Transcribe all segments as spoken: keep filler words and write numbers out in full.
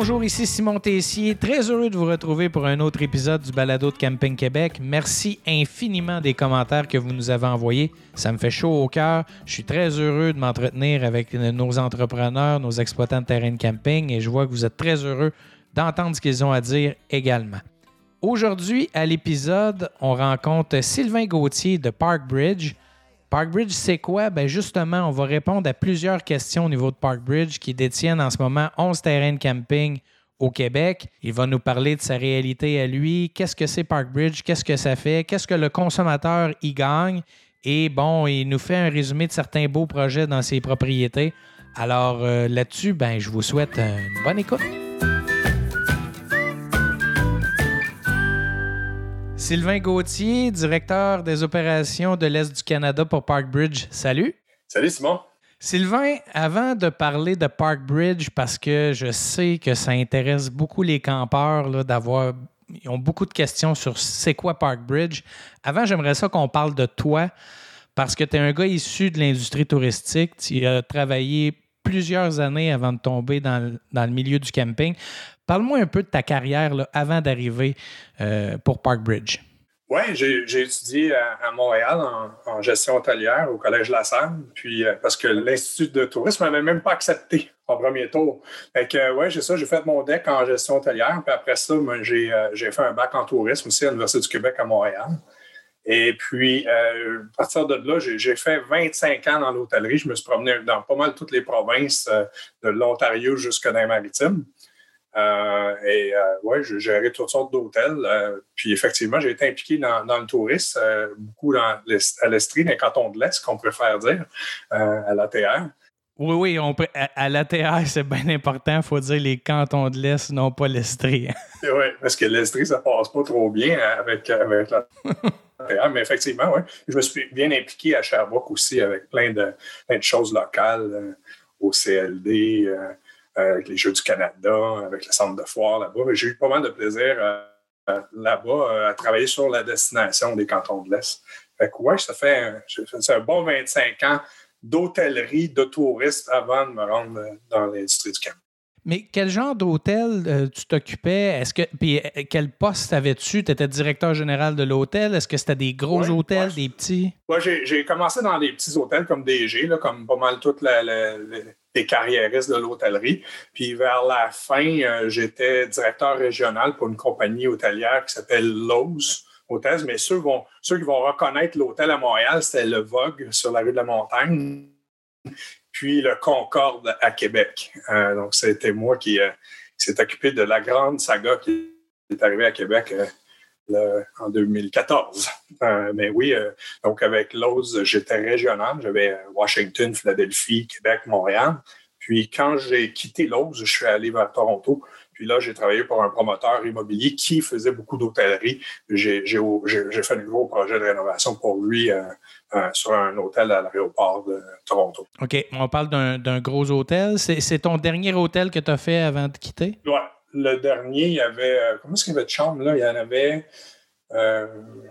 Bonjour, ici Simon Tessier. Très heureux de vous retrouver pour un autre épisode du Balado de Camping Québec. Merci infiniment des commentaires que vous nous avez envoyés. Ça me fait chaud au cœur. Je suis très heureux de m'entretenir avec nos entrepreneurs, nos exploitants de terrain de camping et je vois que vous êtes très heureux d'entendre ce qu'ils ont à dire également. Aujourd'hui, à l'épisode, on rencontre Sylvain Gauthier de Parkbridge. Parkbridge, c'est quoi? Ben justement, on va répondre à plusieurs questions au niveau de Parkbridge qui détiennent en ce moment onze terrains de camping au Québec. Il va nous parler de sa réalité à lui. Qu'est-ce que c'est Parkbridge? Qu'est-ce que ça fait? Qu'est-ce que le consommateur y gagne? Et bon, il nous fait un résumé de certains beaux projets dans ses propriétés. Alors euh, là-dessus, ben, je vous souhaite une bonne écoute. Sylvain Gauthier, directeur des opérations de l'Est du Canada pour Parkbridge. Salut! Salut Simon! Sylvain, avant de parler de Parkbridge, parce que je sais que ça intéresse beaucoup les campeurs, là, d'avoir, ils ont beaucoup de questions sur c'est quoi Parkbridge. Avant, j'aimerais ça qu'on parle de toi, parce que tu es un gars issu de l'industrie touristique. Tu as travaillé plusieurs années avant de tomber dans, dans le milieu du camping. Parle-moi un peu de ta carrière là, avant d'arriver euh, pour Parkbridge. Oui, j'ai, j'ai étudié à, à Montréal en, en gestion hôtelière au Collège La Salle, puis euh, parce que l'Institut de tourisme m'avait même pas accepté en premier tour. Fait que euh, ouais, j'ai ça, j'ai fait mon D E C en gestion hôtelière, puis après ça, moi, j'ai, euh, j'ai fait un bac en tourisme aussi à l'Université du Québec à Montréal. Et puis, euh, à partir de là, j'ai, j'ai fait vingt-cinq ans dans l'hôtellerie. Je me suis promené dans pas mal toutes les provinces euh, de l'Ontario jusque dans les Maritimes. Euh, et euh, ouais, j'ai géré toutes sortes d'hôtels. Euh, puis effectivement, j'ai été impliqué dans, dans le tourisme, euh, beaucoup dans à l'Estrie, dans les cantons de l'Est, qu'on préfère dire, euh, à l'A T R. Oui, oui, on peut, à, à l'A T R, c'est bien important. Il faut dire les cantons de l'Est, non pas l'Estrie. Oui, parce que l'Estrie, ça passe pas trop bien avec, avec la A T R. Mais effectivement, oui. Je me suis bien impliqué à Sherbrooke aussi avec plein de, plein de choses locales, euh, au C L D, euh, avec les Jeux du Canada, avec le centre de foire là-bas. J'ai eu pas mal de plaisir euh, là-bas euh, à travailler sur la destination des cantons de l'Est. Fait que ouais, ça fait, c'est un bon vingt-cinq ans d'hôtellerie, de touristes avant de me rendre dans l'industrie du camping. Mais quel genre d'hôtel euh, tu t'occupais? Est-ce que, puis quel poste avais-tu? Tu étais directeur général de l'hôtel? Est-ce que c'était des gros ouais, hôtels, ouais. des petits? Moi, ouais, j'ai, j'ai commencé dans des petits hôtels comme D G, là, comme pas mal toutes la, la, la, les carriéristes de l'hôtellerie. Puis vers la fin, euh, j'étais directeur régional pour une compagnie hôtelière qui s'appelle Lowe's Hotels. Mais ceux, vont, ceux qui vont reconnaître l'hôtel à Montréal, c'était le Vogue sur la rue de la Montagne. Puis le Concorde à Québec. Euh, donc, c'était moi qui, euh, qui s'est occupé de la grande saga qui est arrivée à Québec euh, là, en deux mille quatorze. Euh, mais oui, euh, donc avec Lowe's, j'étais régional. J'avais Washington, Philadelphie, Québec, Montréal. Puis quand j'ai quitté Lowe's, je suis allé vers Toronto. Puis là, j'ai travaillé pour un promoteur immobilier qui faisait beaucoup d'hôtellerie. J'ai, j'ai, j'ai, j'ai fait un gros projet de rénovation pour lui euh, euh, sur un hôtel à l'aéroport de Toronto. OK. On parle d'un, d'un gros hôtel. C'est, c'est ton dernier hôtel que tu as fait avant de quitter? Oui. Le dernier, il y avait... Euh, comment est-ce qu'il y avait de chambres, là? Il y en avait euh,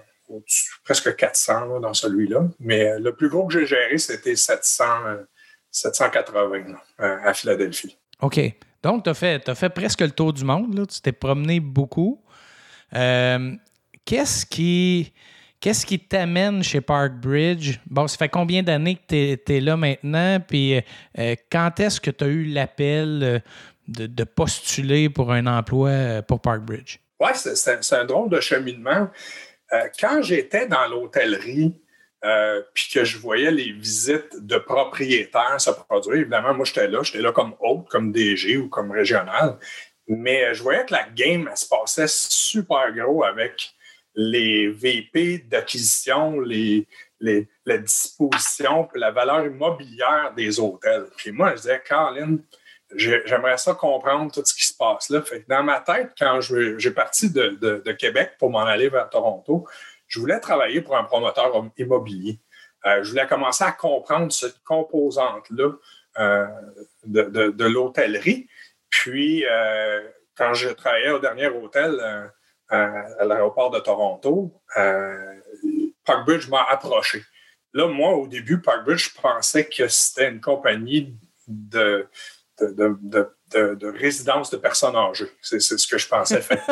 presque quatre cents là, dans celui-là. Mais le plus gros que j'ai géré, c'était sept cents, euh, sept cent quatre-vingts là, à Philadelphie. OK. Donc, tu as fait, t'as fait presque le tour du monde. Là. Tu t'es promené beaucoup. Euh, qu'est-ce qui, qu'est-ce qui t'amène chez Parkbridge? Bon, ça fait combien d'années que tu es là maintenant? Puis, euh, quand est-ce que tu as eu l'appel de, de postuler pour un emploi pour Parkbridge? Oui, c'est, c'est, c'est un drôle de cheminement. Euh, quand j'étais dans l'hôtellerie, Euh, puis que je voyais les visites de propriétaires se produire. Évidemment, moi, j'étais là. J'étais là comme hôte, comme D G ou comme régional. Mais je voyais que la game, elle se passait super gros avec les V P d'acquisition, les, les, la disposition, puis la valeur immobilière des hôtels. Puis moi, je disais, Caroline, j'aimerais ça comprendre tout ce qui se passe là. Fait que dans ma tête, quand je, j'ai parti de, de, de Québec pour m'en aller vers Toronto, je voulais travailler pour un promoteur immobilier. Euh, je voulais commencer à comprendre cette composante-là euh, de, de, de l'hôtellerie. Puis, euh, quand je travaillais au dernier hôtel euh, à l'aéroport de Toronto, euh, Parkbridge m'a approché. Là, moi, au début, Parkbridge, je pensais que c'était une compagnie de, de, de, de, de, de résidence de personnes âgées. C'est, c'est ce que je pensais faire.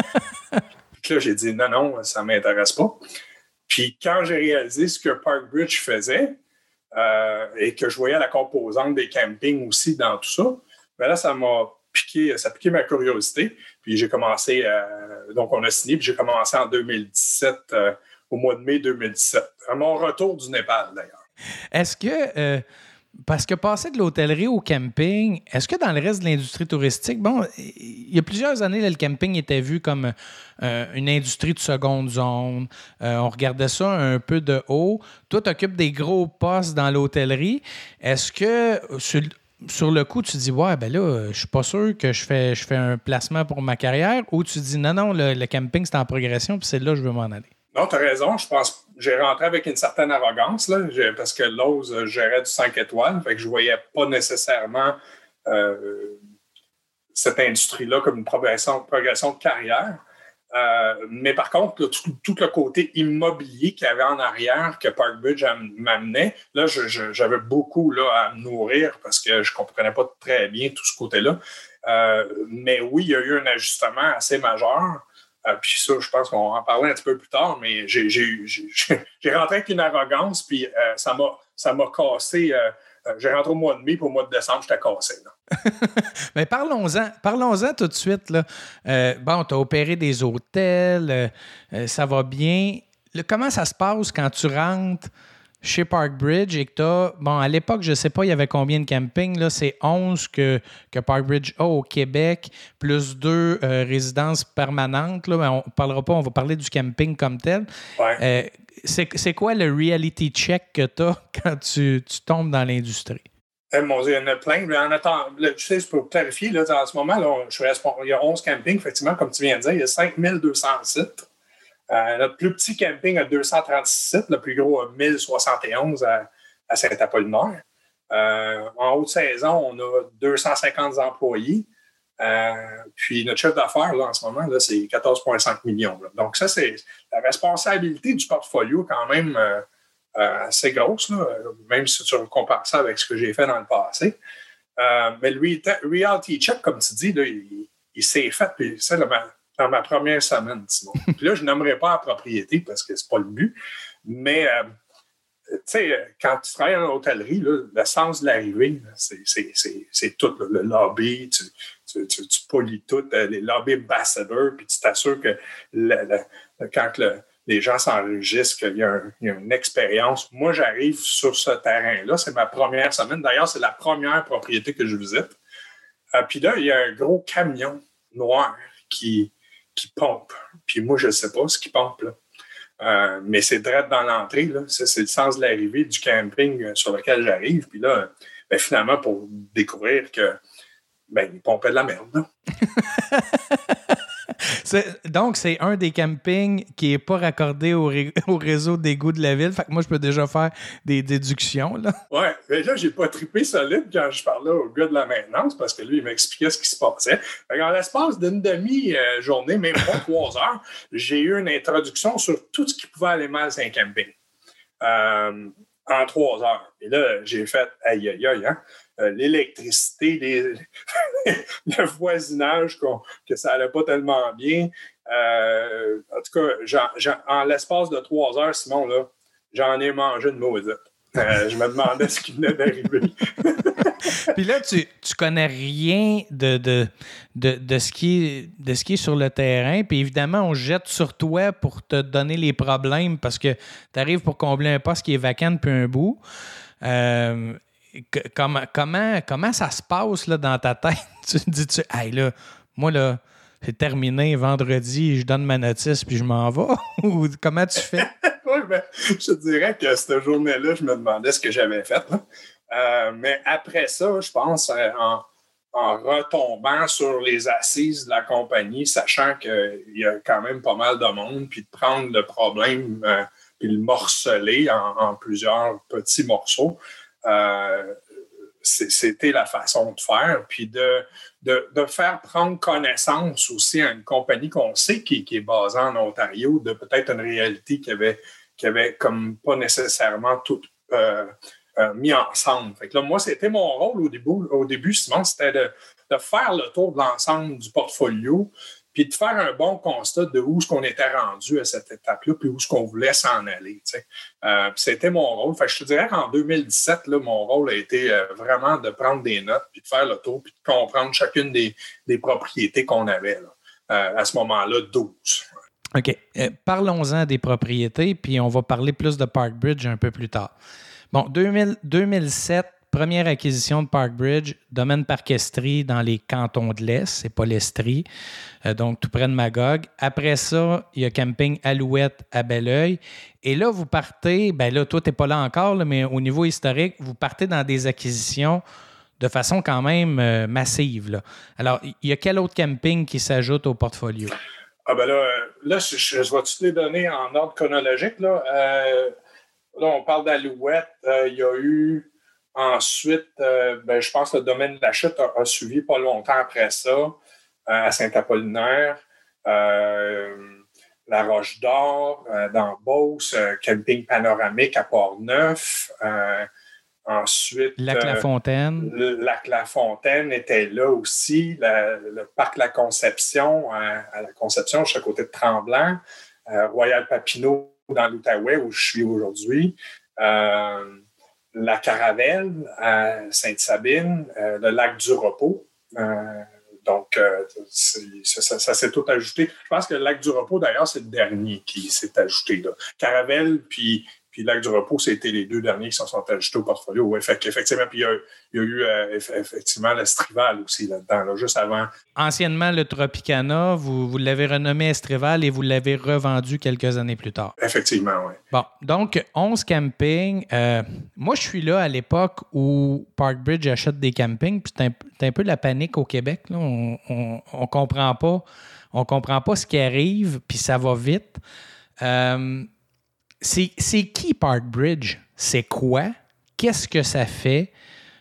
Puis là, j'ai dit non, non, ça ne m'intéresse pas. Puis quand j'ai réalisé ce que Parkbridge faisait euh, et que je voyais la composante des campings aussi dans tout ça, bien là, ça m'a piqué, ça a piqué ma curiosité. Puis j'ai commencé, euh, donc on a signé, puis j'ai commencé en deux mille dix-sept, euh, au mois de mai deux mille dix-sept. À mon retour du Népal, d'ailleurs. Est-ce que, euh, parce que passer de l'hôtellerie au camping, est-ce que dans le reste de l'industrie touristique, bon, il y a plusieurs années, là, le camping était vu comme euh, une industrie de seconde zone. Euh, on regardait ça un peu de haut. Toi, tu occupes des gros postes dans l'hôtellerie. Est-ce que sur, sur le coup, tu dis, ouais, ben là, je suis pas sûr que je fais, je fais un placement pour ma carrière, ou tu dis, non, non, le, le camping, c'est en progression, puis c'est là que je veux m'en aller? Non, tu as raison. Je pense j'ai rentré avec une certaine arrogance là, parce que Lowe's gérait du cinq étoiles. Fait que je ne voyais pas nécessairement euh, cette industrie-là comme une progression, progression de carrière. Euh, mais par contre, là, tout, tout le côté immobilier qu'il y avait en arrière que Parkbridge m'amenait, là, je, je, j'avais beaucoup là, à me nourrir parce que je ne comprenais pas très bien tout ce côté-là. Euh, mais oui, il y a eu un ajustement assez majeur. Euh, puis ça, je pense qu'on va en parler un petit peu plus tard, mais j'ai, j'ai, j'ai, j'ai rentré avec une arrogance, puis euh, ça, m'a, ça m'a cassé. Euh, euh, j'ai rentré au mois de mai, puis au mois de décembre, j'étais cassé. Mais parlons-en, parlons-en tout de suite. Là. Euh, bon, tu as opéré des hôtels, euh, ça va bien. Le, comment ça se passe quand tu rentres chez Parkbridge et que tu as... Bon, à l'époque, je ne sais pas, il y avait combien de campings. Là, c'est onze que, que Parkbridge a au Québec, plus deux euh, résidences permanentes. Là. On ne parlera pas, on va parler du camping comme tel. Ouais. Euh, c'est, c'est quoi le reality check que tu as quand tu, tu tombes dans l'industrie? Eh, mon Dieu, il y en a plein. Mais en attendant, là, tu sais, pour clarifier, là, en ce moment, là, je suis responsable, il y a onze campings, effectivement, comme tu viens de dire, il y a cinq mille deux cents sites. Euh, notre plus petit camping a deux cent trente-six sites, le plus gros a mille soixante et onze à, à Saint-Apollinaire. Euh, en haute saison, on a deux cent cinquante employés. Euh, puis notre chiffre d'affaires, là, en ce moment, là, c'est quatorze virgule cinq millions. Là. Donc, ça, c'est la responsabilité du portfolio quand même euh, euh, assez grosse, là, même si tu compares ça avec ce que j'ai fait dans le passé. Euh, mais le reality check, comme tu dis, là, il, il s'est fait, puis c'est le dans ma première semaine, Simon. Puis là, je n'aimerais pas la propriété parce que c'est pas le but. Mais, euh, tu sais, quand tu travailles en hôtellerie, là, le sens de l'arrivée, là, c'est, c'est, c'est, c'est tout. Là, le lobby, tu, tu, tu, tu polis tout, les lobby ambassadors, puis tu t'assures que le, le, quand le, les gens s'enregistrent, qu'il y a, un, il y a une expérience. Moi, j'arrive sur ce terrain-là. C'est ma première semaine. D'ailleurs, c'est la première propriété que je visite. Euh, puis là, il y a un gros camion noir qui... qui pompe. Puis moi, je ne sais pas ce qui pompe, là. Euh, mais c'est direct dans l'entrée, là. C'est, c'est le sens de l'arrivée du camping sur lequel j'arrive. Puis là, ben, finalement, pour découvrir que ben, il pompait de la merde, là. c'est, donc, c'est un des campings qui n'est pas raccordé au, ré, au réseau d'égouts de la ville. Fait que moi, je peux déjà faire des déductions, là. Ouais, mais là, j'ai pas trippé solide quand je parlais au gars de la maintenance parce que lui, il m'expliquait ce qui se passait. Fait qu'en l'espace d'une demi-journée, même pas trois heures, j'ai eu une introduction sur tout ce qui pouvait aller mal sur un camping. Euh, en trois heures. Et là, j'ai fait aïe, aïe, aïe, hein? Euh, l'électricité, les... le voisinage, qu'on... que ça allait pas tellement bien. Euh, en tout cas, j'en, j'en... en l'espace de trois heures, Simon, là, j'en ai mangé une maudite. Euh, je me demandais ce qui venait d'arriver. Puis là, tu, tu connais rien de, de, de, de, ce qui est, de ce qui est sur le terrain. Puis évidemment, on jette sur toi pour te donner les problèmes parce que tu arrives pour combler un poste qui est vacant depuis un bout. Euh, comment, comment, comment ça se passe là, dans ta tête? Tu te dis-tu, hey là, moi là, c'est terminé vendredi, je donne ma notice puis je m'en vais? Ou comment tu fais? Oui, ben, je te dirais que cette journée-là, je me demandais ce que j'avais fait. Euh, mais après ça, je pense, en, en retombant sur les assises de la compagnie, sachant qu'il y a quand même pas mal de monde, puis de prendre le problème euh, puis le morceler en, en plusieurs petits morceaux, euh, c'était la façon de faire. Puis de, de, de faire prendre connaissance aussi à une compagnie qu'on sait qui, qui est basée en Ontario, de peut-être une réalité qui avait, qui avait comme pas nécessairement tout... Euh, euh, mis ensemble. Fait que là, moi, c'était mon rôle au début, au début Simon, c'était de, de faire le tour de l'ensemble du portfolio, puis de faire un bon constat de où est-ce qu'on était rendu à cette étape-là, puis où est-ce qu'on voulait s'en aller. Euh, c'était mon rôle. Fait que je te dirais qu'en deux mille dix-sept, là, mon rôle a été euh, vraiment de prendre des notes, puis de faire le tour, puis de comprendre chacune des, des propriétés qu'on avait là. Euh, à ce moment-là, douze. OK. Euh, parlons-en des propriétés, puis on va parler plus de Parkbridge un peu plus tard. Bon, deux mille, deux mille sept, première acquisition de Parkbridge, domaine Parc Estrie dans les cantons de l'Est, c'est pas l'Estrie, euh, donc tout près de Magog. Après ça, il y a Camping Alouette à Belleuil. Et là, vous partez, ben là, toi, t'es pas là encore, là, mais au niveau historique, vous partez dans des acquisitions de façon quand même euh, massive, là. Alors, il y a quel autre camping qui s'ajoute au portfolio? Ah ben là, là je, je, je vais toutes les donner en ordre chronologique. Là, euh, là on parle d'Alouette. Euh, il y a eu ensuite, euh, ben, je pense que le domaine de la Chute a, a suivi pas longtemps après ça, euh, à Saint-Apollinaire, euh, la Roche d'Or, euh, dans Beauce, euh, Camping Panoramique à Port-Neuf. Euh, Ensuite, Lac-la-Fontaine. Euh, Lac-la-Fontaine était là aussi. La, le parc La Conception, à, à La Conception, je suis à côté de Tremblant. Euh, Royal Papineau dans l'Outaouais, où je suis aujourd'hui. Euh, la Caravelle à Sainte-Sabine. Euh, le lac du Repos. Euh, donc, euh, ça, ça, ça s'est tout ajouté. Je pense que le lac du Repos, d'ailleurs, c'est le dernier qui s'est ajouté là. Caravelle, puis... Puis Lac du Repos, c'était les deux derniers qui se sont ajoutés au portfolio. Ouais, fait qu'effectivement, puis il y a, il y a eu euh, effectivement l'Estrival aussi là-dedans, là, juste avant. Anciennement, le Tropicana, vous, vous l'avez renommé Estrival et vous l'avez revendu quelques années plus tard. Effectivement, oui. Bon, donc onze campings. Euh, moi, je suis là à l'époque où Parkbridge achète des campings, puis c'est un, c'est un peu la panique au Québec. Là. On, on, on comprend pas, on comprend pas ce qui arrive, puis ça va vite. Euh, C'est, c'est qui Parkbridge? C'est quoi? Qu'est-ce que ça fait?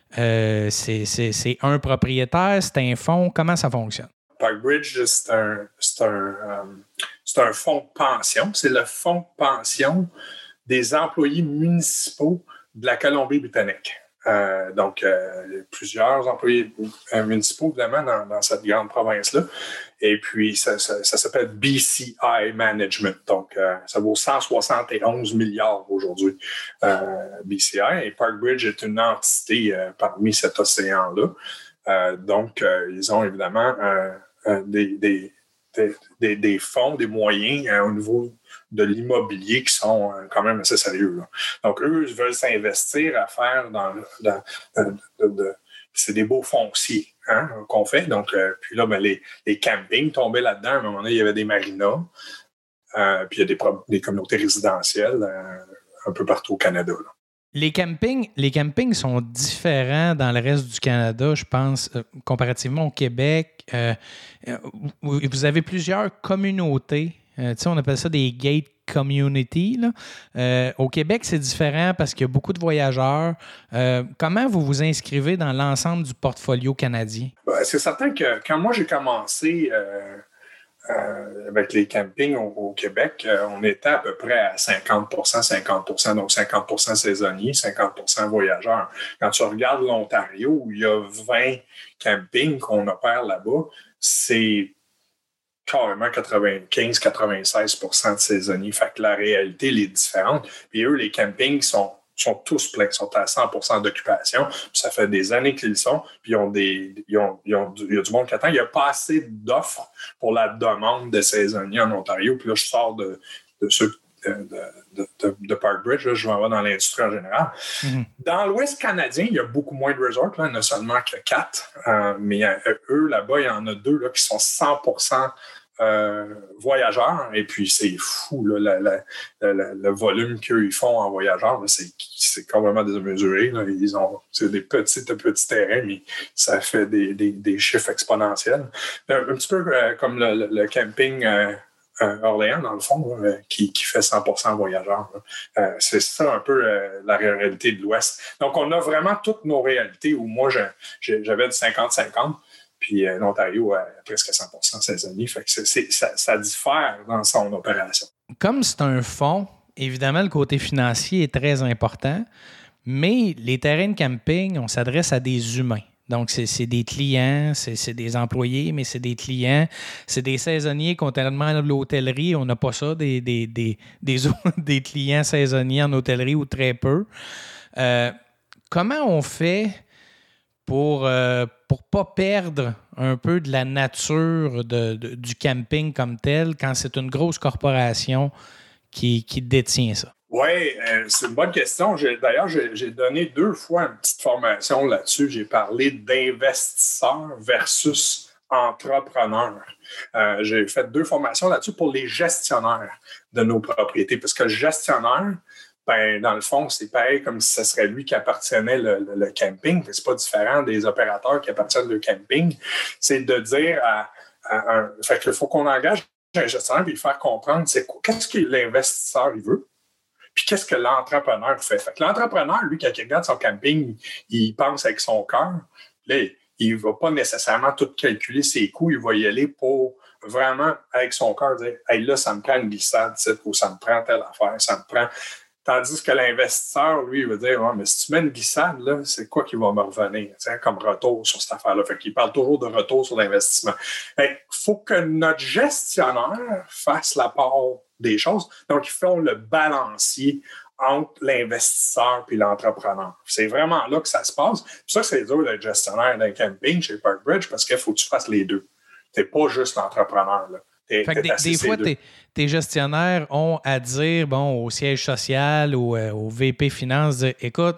Euh, c'est, c'est, c'est un propriétaire? C'est un fonds? Comment ça fonctionne? Parkbridge, c'est un, c'est un, um, c'est un fonds de pension. C'est le fonds de pension des employés municipaux de la Colombie-Britannique. Euh, donc, euh, plusieurs employés euh, municipaux, évidemment, dans, dans cette grande province-là. Et puis, ça, ça, ça s'appelle B C I Management. Donc, euh, ça vaut cent soixante et onze milliards aujourd'hui, euh, B C I. Et Parkbridge est une entité euh, parmi cet océan-là. Euh, donc, euh, ils ont évidemment euh, euh, des, des, des, des fonds, des moyens euh, au niveau de l'immobilier qui sont euh, quand même assez sérieux. Là. Donc, eux, ils veulent s'investir à faire dans... dans, dans de, de, c'est des beaux fonciers hein, qu'on fait. Donc, euh, puis là, ben, les, les campings tombaient là-dedans. À un moment donné, il y avait des marinas. Euh, puis il y a des, des communautés résidentielles euh, un peu partout au Canada. Là. Les campings, les campings sont différents dans le reste du Canada, je pense, euh, comparativement au Québec. Euh, vous, vous avez plusieurs communautés. Euh, tu sais, on appelle ça des gate community. Là. Euh, au Québec, c'est différent parce qu'il y a beaucoup de voyageurs. Euh, comment vous vous inscrivez dans l'ensemble du portfolio canadien? Ben, c'est certain que quand moi j'ai commencé euh, euh, avec les campings au, au Québec, euh, on était à peu près à cinquante pour cent, cinquante pour cent, donc cinquante pour cent saisonniers, cinquante pour cent voyageurs. Quand tu regardes l'Ontario, où il y a vingt campings qu'on opère là-bas, c'est carrément quatre-vingt-quinze à quatre-vingt-seize pour cent de saisonniers. Fait que la réalité, elle est différente. Puis eux, les campings sont, sont tous pleins, sont à cent pour cent d'occupation. Puis ça fait des années qu'ils le sont. Puis ils ont des, ils ont, ils ont, il y a du monde qui attend. Il n'y a pas assez d'offres pour la demande de saisonniers en Ontario. Puis là, je sors de, de ceux de, de, de, de Parkbridge. Là, je vais en voir dans l'industrie en général. Mm-hmm. Dans l'Ouest canadien, il y a beaucoup moins de resorts. Là. Il n'y en a seulement que quatre. Euh, mais euh, eux, là-bas, il y en a deux là, qui sont cent pour cent Euh, voyageurs, et puis c'est fou là, la, la, la, le volume qu'ils font en voyageurs, là, c'est, c'est complètement démesuré. Là. Ils ont c'est des petits, petits terrains, mais ça fait des, des, des chiffres exponentiels. Un, un petit peu euh, comme le, le, le camping euh, euh, Orléans, dans le fond, là, qui, qui fait cent pour cent voyageurs. Euh, c'est ça un peu euh, la réalité de l'Ouest. Donc, on a vraiment toutes nos réalités où moi, je, je, j'avais du cinquante cinquante. Puis euh, l'Ontario a presque cent pour cent saisonnier. Fait que c'est, c'est, ça, ça diffère dans son opération. Comme c'est un fonds, évidemment, le côté financier est très important, Mais les terrains de camping, on s'adresse à des humains. Donc, c'est, c'est des clients, c'est, c'est des employés, mais c'est des clients. C'est des saisonniers, contrairement à l'hôtellerie. On n'a pas ça, des, des, des, des, des clients saisonniers en hôtellerie ou très peu. Euh, comment on fait pour ne euh, pour pas perdre un peu de la nature de, de, du camping comme tel quand c'est une grosse corporation qui, qui détient ça? Oui, euh, c'est une bonne question. J'ai, d'ailleurs, j'ai, j'ai donné deux fois une petite formation là-dessus. J'ai parlé d'investisseurs versus entrepreneurs. Euh, j'ai fait deux formations là-dessus pour les gestionnaires de nos propriétés. Parce que le gestionnaire, ben, dans le fond, c'est pareil comme si ce serait lui qui appartenait le, le, le camping. C'est pas différent des opérateurs qui appartiennent au camping. C'est de dire à, à un... Fait qu'il faut qu'on engage un gestionnaire et lui faire comprendre c'est quoi, qu'est-ce que l'investisseur il veut. Puis qu'est-ce que l'entrepreneur fait? Fait que l'entrepreneur, lui, quand il regarde son camping, il pense avec son cœur. Là, il ne va pas nécessairement tout calculer ses coûts. Il va y aller pour vraiment, avec son cœur, dire « Hey, là, ça me prend une glissade, ou ça me prend telle affaire, ça me prend... » Tandis que l'investisseur, lui, il va dire ouais, « mais si tu mets une glissade, là, c'est quoi qui va me revenir comme retour sur cette affaire-là? » Fait qu'il parle toujours de retour sur l'investissement. Il faut que notre gestionnaire fasse la part des choses. Donc, ils font le balancier entre l'investisseur et l'entrepreneur. C'est vraiment là que ça se passe. Puis ça, c'est dur d'être gestionnaire d'un camping chez Parkbridge parce qu'il faut que tu fasses les deux. Tu n'es pas juste l'entrepreneur, là. T'es, fait que des, des fois, tes, tes gestionnaires ont à dire bon, au siège social ou euh, au V P Finance, dire, écoute,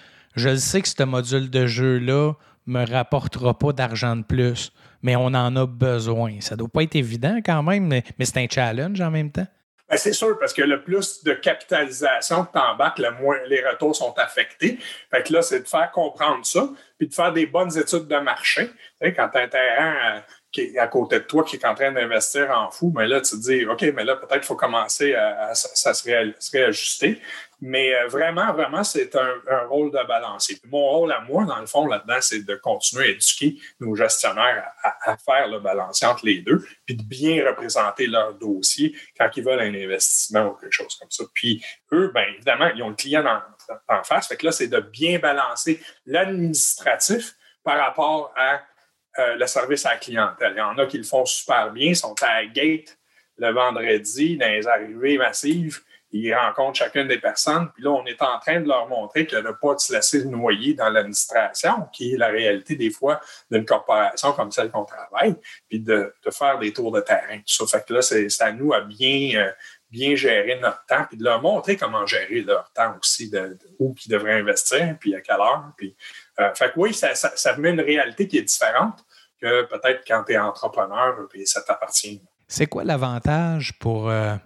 je sais que ce module de jeu-là ne me rapportera pas d'argent de plus, mais on en a besoin. Ça ne doit pas être évident quand même, mais, mais c'est un challenge en même temps. Bien, c'est sûr, parce que le plus de capitalisation que tu embarques, le moins les retours sont affectés. Fait que là, c'est de faire comprendre ça, puis de faire des bonnes études de marché. Tu sais, quand tu as un terrain euh, qui est à côté de toi qui est en train d'investir en fou, mais là, tu te dis, OK, mais là, peut-être qu'il faut commencer à, à, à se, ré, se réajuster. Mais euh, vraiment, vraiment, c'est un, un rôle de balancier. Puis mon rôle à moi, dans le fond, là-dedans, c'est de continuer à éduquer nos gestionnaires à, à faire le balancier entre les deux, puis de bien représenter leur dossier quand ils veulent un investissement ou quelque chose comme ça. Puis eux, bien évidemment, ils ont le client en, en face. Fait que là, c'est de bien balancer l'administratif par rapport à euh, le service à la clientèle. Il y en a qui le font super bien, ils sont à la gate le vendredi, dans les arrivées massives. Ils rencontrent chacune des personnes. Puis là, on est en train de leur montrer que de ne pas se laisser noyer dans l'administration, qui est la réalité des fois d'une corporation comme celle qu'on travaille, puis de, de faire des tours de terrain. Tout ça fait que là, c'est, c'est à nous à bien, euh, bien gérer notre temps, puis de leur montrer comment gérer leur temps aussi, de, de où ils devraient investir, puis à quelle heure. Puis, euh, fait que oui, ça, ça, ça met une réalité qui est différente que peut-être quand tu es entrepreneur, puis ça t'appartient. C'est quoi l'avantage pour... Euh...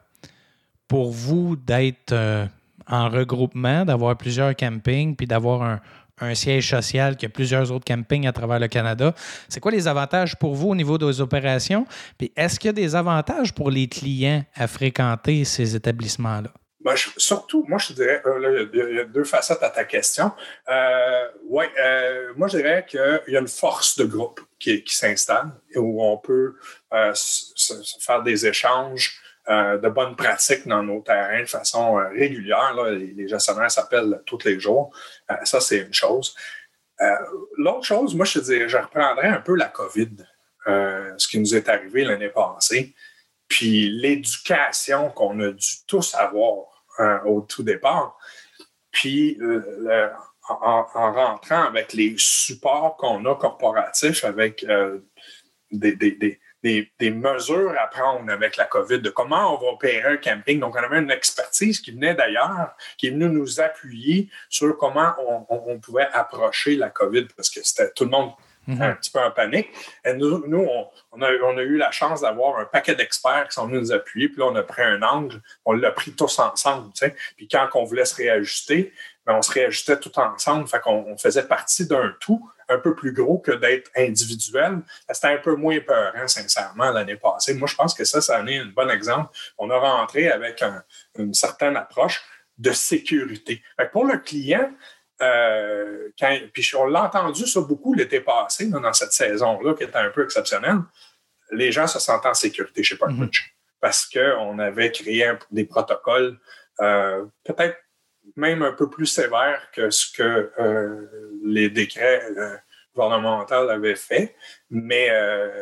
pour vous d'être euh, en regroupement, d'avoir plusieurs campings, puis d'avoir un, un siège social qui a plusieurs autres campings à travers le Canada? C'est quoi les avantages pour vous au niveau des opérations? Puis est-ce qu'il y a des avantages pour les clients à fréquenter ces établissements-là? Ben, je, surtout, moi, je dirais, euh, là, il y a deux facettes à ta question. Euh, oui, euh, moi, je dirais qu'il y a une force de groupe qui, qui s'installe et où on peut euh, s- s- faire des échanges Euh, de bonnes pratiques dans nos terrains de façon euh, régulière. Là, les, les gestionnaires s'appellent tous les jours. Euh, ça, c'est une chose. Euh, l'autre chose, moi, je te dirais, je reprendrais un peu la COVID, euh, ce qui nous est arrivé l'année passée, puis l'éducation qu'on a dû tous avoir euh, au tout départ. Puis, euh, le, en, en rentrant avec les supports qu'on a corporatifs, avec euh, des... des, des Des, des mesures à prendre avec la COVID, de comment on va opérer un camping. Donc, on avait une expertise qui venait d'ailleurs, qui est venue nous appuyer sur comment on, on, on pouvait approcher la COVID, parce que c'était tout le monde mm-hmm. un petit peu en panique. Et nous, nous on, on, a, on a eu la chance d'avoir un paquet d'experts qui sont venus nous appuyer, puis là, on a pris un angle, on l'a pris tous ensemble. Tu sais. Puis quand on voulait se réajuster, bien, on se réajustait tout ensemble, fait qu'on on faisait partie d'un tout un peu plus gros que d'être individuel. C'était un peu moins peurant, sincèrement, l'année passée. Moi, je pense que ça, ça en est un bon exemple. On a rentré avec un, une certaine approche de sécurité. Fait que pour le client, euh, quand, puis on l'a entendu ça beaucoup l'été passé, là, dans cette saison-là, qui était un peu exceptionnelle, les gens se sentent en sécurité chez Parkbridge. Mm-hmm. Parce qu'on avait créé un, des protocoles euh, peut-être même un peu plus sévère que ce que euh, les décrets euh, gouvernementaux avaient fait. Mais euh,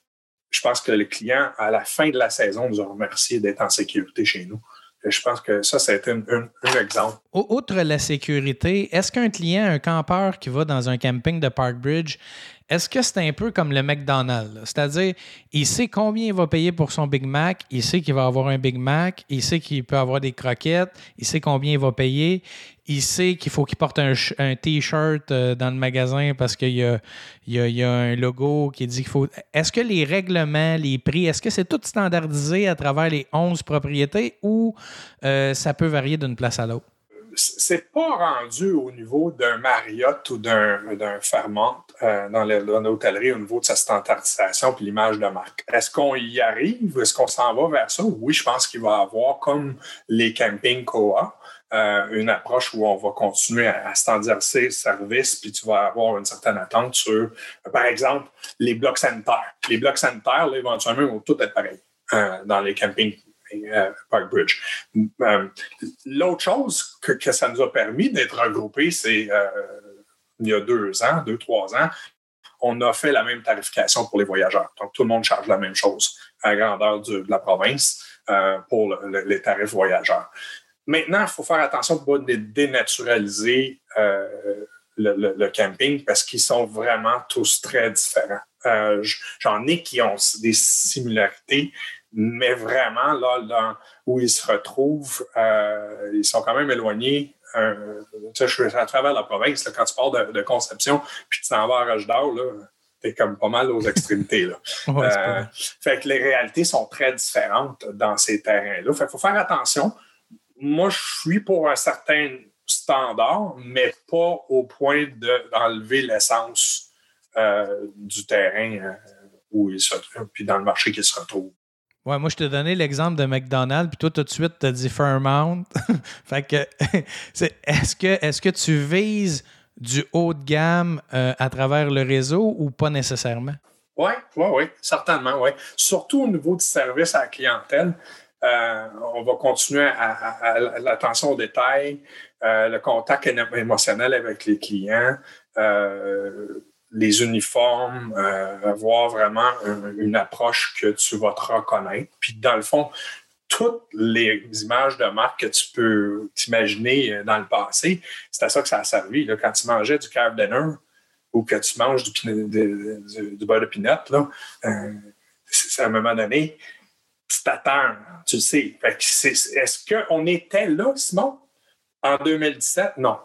je pense que le client, à la fin de la saison, nous a remercié d'être en sécurité chez nous. Et je pense que ça, ça a été un, un, un exemple. Outre la sécurité, est-ce qu'un client, un campeur qui va dans un camping de Parkbridge, est-ce que c'est un peu comme le McDonald's? Là? C'est-à-dire, il sait combien il va payer pour son Big Mac, il sait qu'il va avoir un Big Mac, il sait qu'il peut avoir des croquettes, il sait combien il va payer, il sait qu'il faut qu'il porte un, un T-shirt euh, dans le magasin parce qu'il y a, il y a, il y a un logo qui dit qu'il faut... Est-ce que les règlements, les prix, est-ce que c'est tout standardisé à travers les onze propriétés ou euh, ça peut varier d'une place à l'autre? C'est pas rendu au niveau d'un Marriott ou d'un, d'un Fairmont euh, dans, le, dans l'hôtellerie au niveau de sa standardisation puis l'image de marque. Est-ce qu'on y arrive? Est-ce qu'on s'en va vers ça? Oui, je pense qu'il va y avoir, comme les campings coop, euh, une approche où on va continuer à, à standardiser le service puis tu vas avoir une certaine attente sur, euh, par exemple, les blocs sanitaires. Les blocs sanitaires, là, éventuellement, ils vont tous être pareils euh, dans les campings. Euh, Parkbridge. Euh, l'autre chose que, que ça nous a permis d'être regroupés, c'est euh, il y a deux ans, deux, trois ans, on a fait la même tarification pour les voyageurs. Donc, tout le monde charge la même chose à la grandeur du, de la province euh, pour le, le, les tarifs voyageurs. Maintenant, il faut faire attention de ne pas dénaturaliser euh, le, le, le camping parce qu'ils sont vraiment tous très différents. Euh, j'en ai qui ont des similarités, mais vraiment, là, là où ils se retrouvent, euh, ils sont quand même éloignés. Euh, tu sais, je suis à travers la province, là, quand tu pars de, de Conception, puis tu t'en vas à Roche-d'Or, là, t'es comme pas mal aux extrémités. Là. ouais, euh, fait que les réalités sont très différentes dans ces terrains-là. Fait qu'il faut faire attention. Moi, je suis pour un certain standard, mais pas au point de, d'enlever l'essence euh, du terrain euh, où il se trouve, puis dans le marché qu'il se retrouve. Ouais, moi, je t'ai donné l'exemple de McDonald's, puis toi, tout de suite, tu as dit Fairmont. Fait que, c'est, est-ce que, est-ce que tu vises du haut de gamme euh, à travers le réseau ou pas nécessairement? Oui, oui, oui, certainement, oui. Surtout au niveau du service à la clientèle. Euh, on va continuer à, à, à l'attention aux détails, euh, le contact émotionnel avec les clients, euh, les uniformes, euh, avoir vraiment une, une approche que tu vas te reconnaître. Puis dans le fond, toutes les images de marque que tu peux t'imaginer dans le passé, c'est à ça que ça a servi. Là, quand tu mangeais du Kraft Dinner ou que tu manges du, du, du, du beurre de pinot, là, euh, c'est, à un moment donné, tu t'attends, tu le sais. Fait que c'est, est-ce qu'on était là, Simon, en deux mille dix-sept? Non.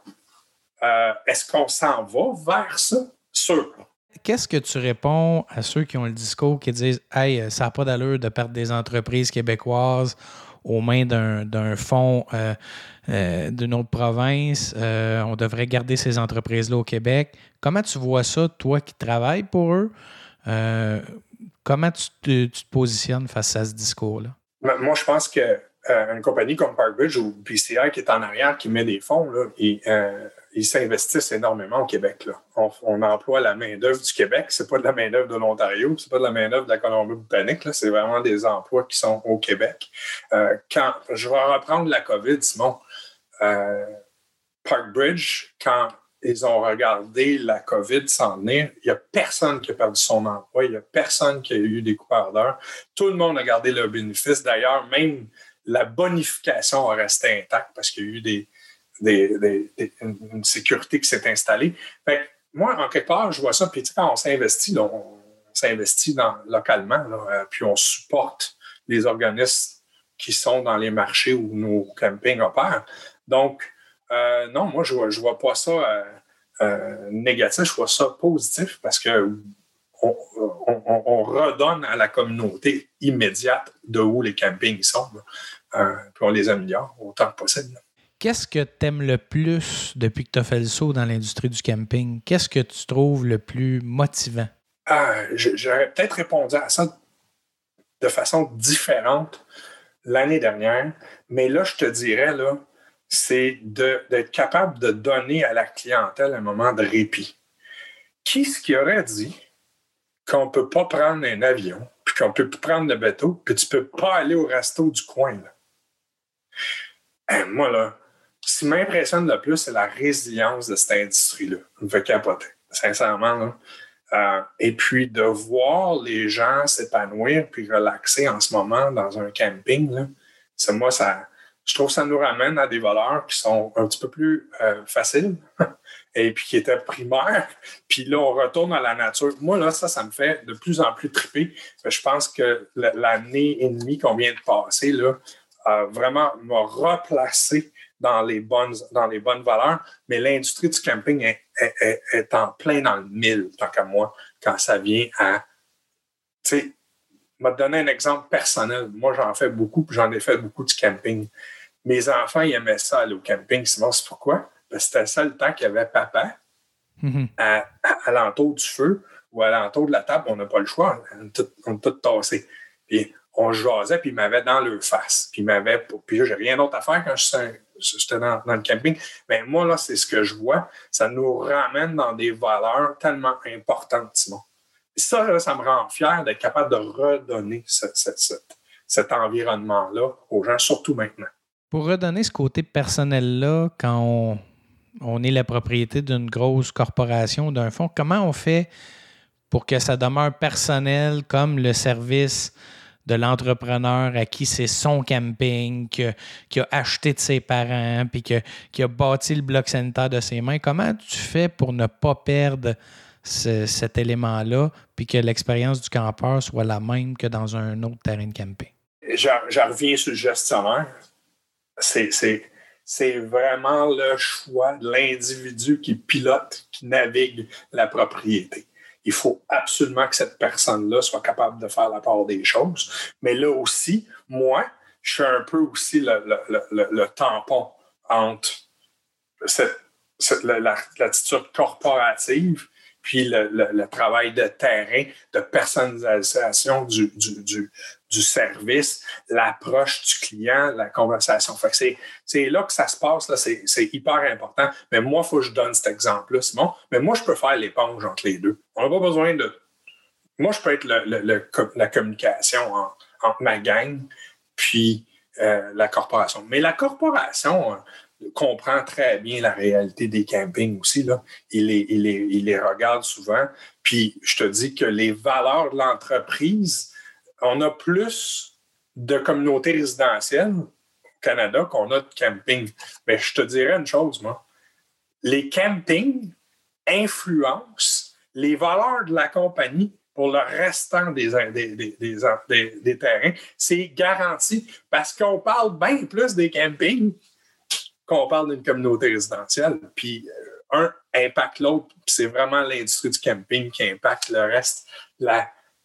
Euh, est-ce qu'on s'en va vers ça? Sûr. Qu'est-ce que tu réponds à ceux qui ont le discours qui disent « Hey, ça n'a pas d'allure de perdre des entreprises québécoises aux mains d'un, d'un fonds euh, euh, d'une autre province. Euh, on devrait garder ces entreprises-là au Québec. » Comment tu vois ça, toi qui travailles pour eux? Euh, comment tu te, tu te positionnes face à ce discours-là? Moi, je pense que euh, une compagnie comme Parkbridge ou B C I qui est en arrière, qui met des fonds, là, et, euh, ils s'investissent énormément au Québec. Là. On, on emploie la main-d'œuvre du Québec. C'est pas de la main-d'œuvre de l'Ontario, c'est pas de la main-d'œuvre de la Colombie-Britannique. Là. C'est vraiment des emplois qui sont au Québec. Euh, quand je vais reprendre la COVID, Simon, euh, Parkbridge, quand ils ont regardé la COVID s'en venir, il n'y a personne qui a perdu son emploi, il n'y a personne qui a eu des coupeurs d'heures. Tout le monde a gardé leur bénéfice. D'ailleurs, même la bonification a resté intacte parce qu'il y a eu des, des, des, des, une sécurité qui s'est installée. Fait que moi, en quelque part, je vois ça. Puis tu sais, quand on s'investit, là, on s'investit dans, localement, là, euh, puis on supporte les organismes qui sont dans les marchés où nos campings opèrent. Donc, Euh, non, moi, je ne vois, je vois pas ça euh, euh, négatif, je vois ça positif parce que on, on, on redonne à la communauté immédiate de où les campings sont, euh, puis on les améliore autant que possible. Là. Qu'est-ce que tu aimes le plus depuis que tu as fait le saut dans l'industrie du camping? Qu'est-ce que tu trouves le plus motivant? Euh, j'aurais peut-être répondu à ça de façon différente l'année dernière, mais là, je te dirais, là, c'est de, d'être capable de donner à la clientèle un moment de répit. Qui est-ce qui aurait dit qu'on ne peut pas prendre un avion, puis qu'on ne peut plus prendre le bateau, puis tu ne peux pas aller au resto du coin? Là? Et moi, là, ce qui m'impressionne le plus, c'est la résilience de cette industrie-là. Ça me fait capoter, sincèrement. Là. Euh, et puis, de voir les gens s'épanouir puis relaxer en ce moment dans un camping, là, c'est moi, ça, je trouve que ça nous ramène à des valeurs qui sont un petit peu plus euh, faciles et puis qui étaient primaires. Puis là, on retourne à la nature. Moi, là, ça, ça me fait de plus en plus triper. Je pense que l'année et demie qu'on vient de passer, là, euh, vraiment m'a replacé dans les bonnes, dans les bonnes valeurs. Mais l'industrie du camping est, est, est, est en plein dans le mille, tant qu'à moi, quand ça vient à... Tu sais, je vais te donner un exemple personnel. Moi, j'en fais beaucoup, puis j'en ai fait beaucoup du camping. Mes enfants, ils aimaient ça, aller au camping. Sinon, c'est pourquoi? Parce que c'était ça le temps qu'il y avait papa mm-hmm. à, à, à l'entour du feu ou à l'entour de la table. On n'a pas le choix. On est tous, on est tous tassés. Puis on jasait, puis ils m'avaient dans leur face. Puis ils m'avaient... Puis là, j'ai rien d'autre à faire quand j'étais dans, dans le camping. Mais moi, là, c'est ce que je vois. Ça nous ramène dans des valeurs tellement importantes, Simon. Et ça, là, ça me rend fier d'être capable de redonner cette, cette, cette, cet environnement-là aux gens, surtout maintenant. Pour redonner ce côté personnel-là, quand on, on est la propriété d'une grosse corporation, d'un fonds, comment on fait pour que ça demeure personnel comme le service de l'entrepreneur à qui c'est son camping, qui a, qui a acheté de ses parents, puis qui a, qui a bâti le bloc sanitaire de ses mains? Comment tu fais pour ne pas perdre ce, cet élément-là, puis que l'expérience du campeur soit la même que dans un autre terrain de camping? J'en reviens sur le gestionnaire. C'est, c'est, c'est vraiment le choix de l'individu qui pilote, qui navigue la propriété. Il faut absolument que cette personne-là soit capable de faire la part des choses. Mais là aussi, moi, je suis un peu aussi le, le, le, le tampon entre cette, cette, la, l'attitude corporative puis le, le, le travail de terrain, de personnalisation du, du, du, du service, l'approche du client, la conversation. Fait que c'est, c'est là que ça se passe, là, c'est, c'est hyper important. Mais moi, il faut que je donne cet exemple-là, Simon. Mais moi, je peux faire l'éponge entre les deux. On n'a pas besoin de... Moi, je peux être le, le, le, la communication en, entre ma gang puis euh, la corporation. Mais la corporation... Euh, comprend très bien la réalité des campings aussi. Là. Il, les, il, les, il les regarde souvent. Puis, je te dis que les valeurs de l'entreprise, on a plus de communautés résidentielles au Canada qu'on a de camping. Mais je te dirais une chose, moi. Les campings influencent les valeurs de la compagnie pour le restant des, des, des, des, des, des terrains. C'est garanti parce qu'on parle bien plus des campings qu'on parle d'une communauté résidentielle, puis euh, un impacte l'autre, puis c'est vraiment l'industrie du camping qui impacte le reste, la,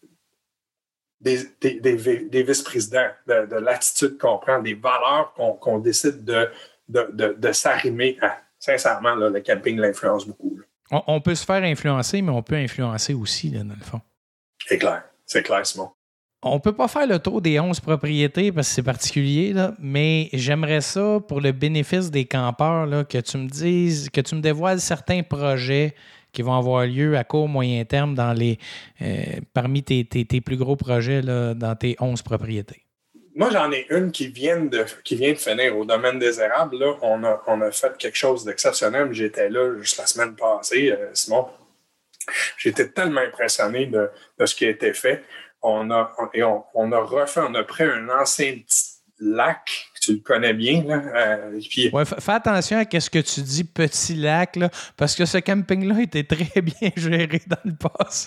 des, des, des, des vice-présidents, de, de l'attitude qu'on prend, des valeurs qu'on, qu'on décide de, de, de, de s'arrimer à. Sincèrement, là, le camping l'influence beaucoup. On, on peut se faire influencer, mais on peut influencer aussi, là, dans le fond. C'est clair, c'est clair, Simon. On ne peut pas faire le tour des onze propriétés parce que c'est particulier, là, mais j'aimerais ça, pour le bénéfice des campeurs, là, que tu me dises, que tu me dévoiles certains projets qui vont avoir lieu à court, moyen terme dans les, euh, parmi tes, tes, tes plus gros projets là, dans tes onze propriétés. Moi, j'en ai une qui vient de, qui vient de finir au domaine des érables. Là, on a, on a fait quelque chose d'exceptionnel. J'étais là juste la semaine passée, euh, Simon. J'étais tellement impressionné de, de ce qui a été fait. On a, et on, on a refait, on a pris un ancien petit lac, tu le connais bien. Là, euh, puis... ouais, f- fais attention à ce que tu dis, petit lac, là, parce que ce camping-là était très bien géré dans le passé.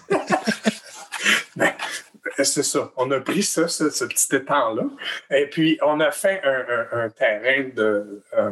Ben, c'est ça. On a pris ça, ce, ce petit étang-là. Et puis, on a fait un, un, un terrain de... Euh,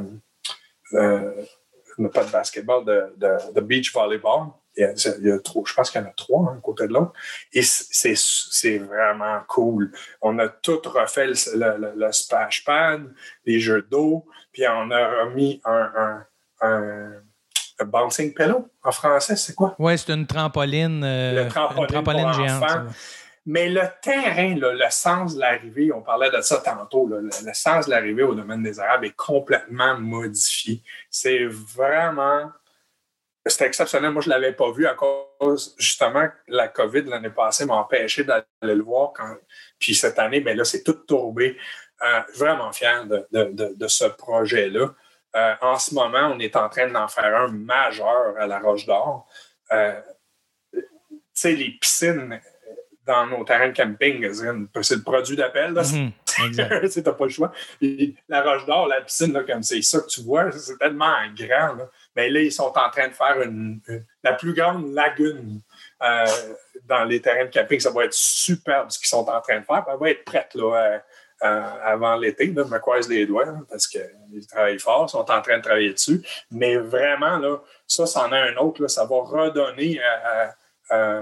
euh, pas de basketball, de, de, de beach volleyball. Il y a, il y a trop, je pense qu'il y en a trois, un côté de l'autre. Et c'est, c'est vraiment cool. On a tout refait, le, le, le splash pad, les jeux d'eau, puis on a remis un, un, un, un bouncing pillow. En français, c'est quoi? Oui, c'est une trampoline, euh, le trampoline, une trampoline géante. Enfants. Mais le terrain, là, le sens de l'arrivée, on parlait de ça tantôt, là, le, le sens de l'arrivée au domaine des érables est complètement modifié. C'est vraiment... C'était exceptionnel. Moi, je ne l'avais pas vu à cause, justement, la COVID l'année passée m'a empêché d'aller le voir. Quand... Puis cette année, bien là, c'est tout tourbé. Euh, vraiment fier de, de, de, de ce projet-là. Euh, en ce moment, on est en train d'en faire un majeur à la Roche-d'Or. Euh, tu sais, les piscines dans nos terrains de camping, c'est le produit d'appel. Là. Mm-hmm. Exact. Tu n'as pas le choix. Et la Roche-d'Or, la piscine, là, comme c'est ça que tu vois, c'est tellement grand. Là. Mais là, ils sont en train de faire une, une, la plus grande lagune euh, dans les terrains de camping. Ça va être superbe ce qu'ils sont en train de faire. Elle va être prête là, euh, euh, avant l'été. Là, je me croise les doigts là, parce qu'ils travaillent fort, ils sont en train de travailler dessus. Mais vraiment, là, ça, c'en a un autre. Là, ça va redonner à, à, à,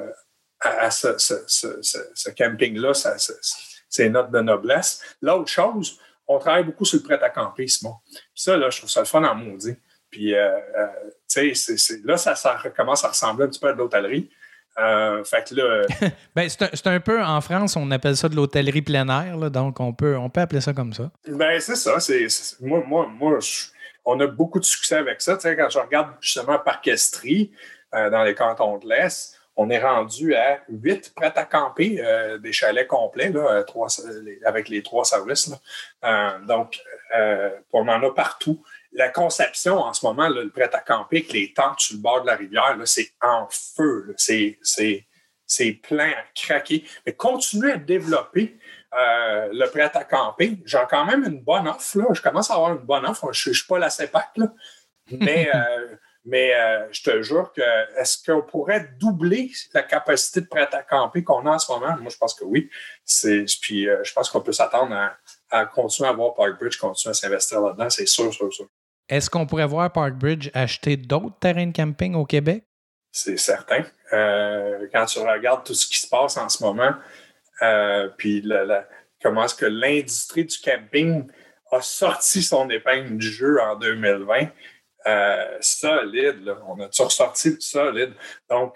à ce, ce, ce, ce, ce camping-là ça, ce, ces notes de noblesse. L'autre chose, on travaille beaucoup sur le prêt-à-camper, Simon. Puis ça, là, je trouve ça le fun en maudit. Puis, euh, euh, tu sais, c'est, c'est, là, ça, ça commence à ressembler un petit peu à de l'hôtellerie. Euh, fait que là... ben, c'est, un, c'est un peu, en France, on appelle ça de l'hôtellerie plein air, là, donc on peut, on peut appeler ça comme ça. Ben, c'est ça. C'est, c'est, moi, moi, moi je, on a beaucoup de succès avec ça. Tu sais, quand je regarde justement Parc-Estrie, euh, dans les cantons de l'Est, on est rendu à huit prêts à camper, euh, des chalets complets, là, trois, avec les trois services. Là. Euh, donc, euh, on en a partout. La conception, en ce moment, là, le prêt à camper, avec les tentes sur le bord de la rivière, là, c'est en feu. Là. C'est, c'est, c'est plein à craquer. Mais continuez à développer euh, le prêt à camper. J'ai quand même une bonne offre. Là. Je commence à avoir une bonne offre. Je ne suis pas la CEPAC, là. Mais... Euh, Mais euh, je te jure que est-ce qu'on pourrait doubler la capacité de prêt à camper qu'on a en ce moment? Moi, je pense que oui. C'est, puis euh, je pense qu'on peut s'attendre à, à continuer à voir Parkbridge continuer à s'investir là-dedans. C'est sûr, sûr, sûr. Est-ce qu'on pourrait voir Parkbridge acheter d'autres terrains de camping au Québec? C'est certain. Euh, quand tu regardes tout ce qui se passe en ce moment, euh, puis la, la, comment est-ce que l'industrie du camping a sorti son épingle du jeu en deux mille vingt, Euh, solide, là. On a toujours sorti solide. Donc,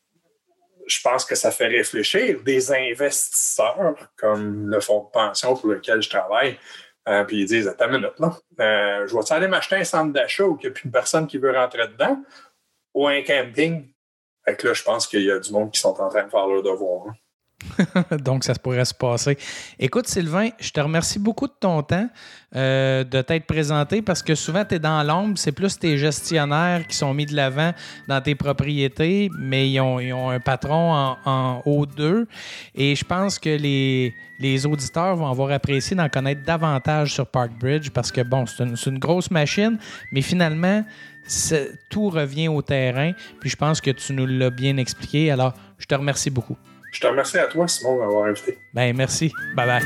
je pense que ça fait réfléchir des investisseurs comme le fonds de pension pour lequel je travaille. Euh, puis ils disent, attends une minute, là. Euh, je vais-tu aller m'acheter un centre d'achat où il n'y a plus personne qui veut rentrer dedans ou un camping? Fait que là, je pense qu'il y a du monde qui sont en train de faire leur devoir. Hein. Donc, ça pourrait se passer. Écoute, Sylvain, je te remercie beaucoup de ton temps, euh, de t'être présenté, parce que souvent, tu es dans l'ombre. C'est plus tes gestionnaires qui sont mis de l'avant dans tes propriétés, mais ils ont, ils ont un patron en, en haut d'eux. Et je pense que les, les auditeurs vont avoir apprécié d'en connaître davantage sur Parkbridge, parce que, bon, c'est une, c'est une grosse machine, mais finalement, c'est, tout revient au terrain. Puis je pense que tu nous l'as bien expliqué. Alors, je te remercie beaucoup. Je te remercie à toi, Simon, de m'avoir invité. Ben, merci. Bye-bye.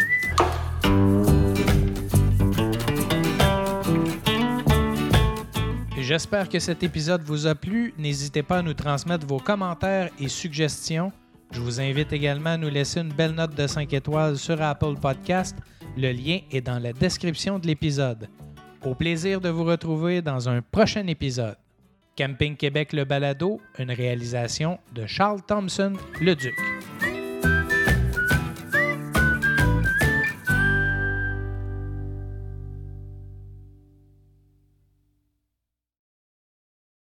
J'espère que cet épisode vous a plu. N'hésitez pas à nous transmettre vos commentaires et suggestions. Je vous invite également à nous laisser une belle note de cinq étoiles sur Apple Podcast. Le lien est dans la description de l'épisode. Au plaisir de vous retrouver dans un prochain épisode. Camping Québec le balado, une réalisation de Charles Thompson, le Duc.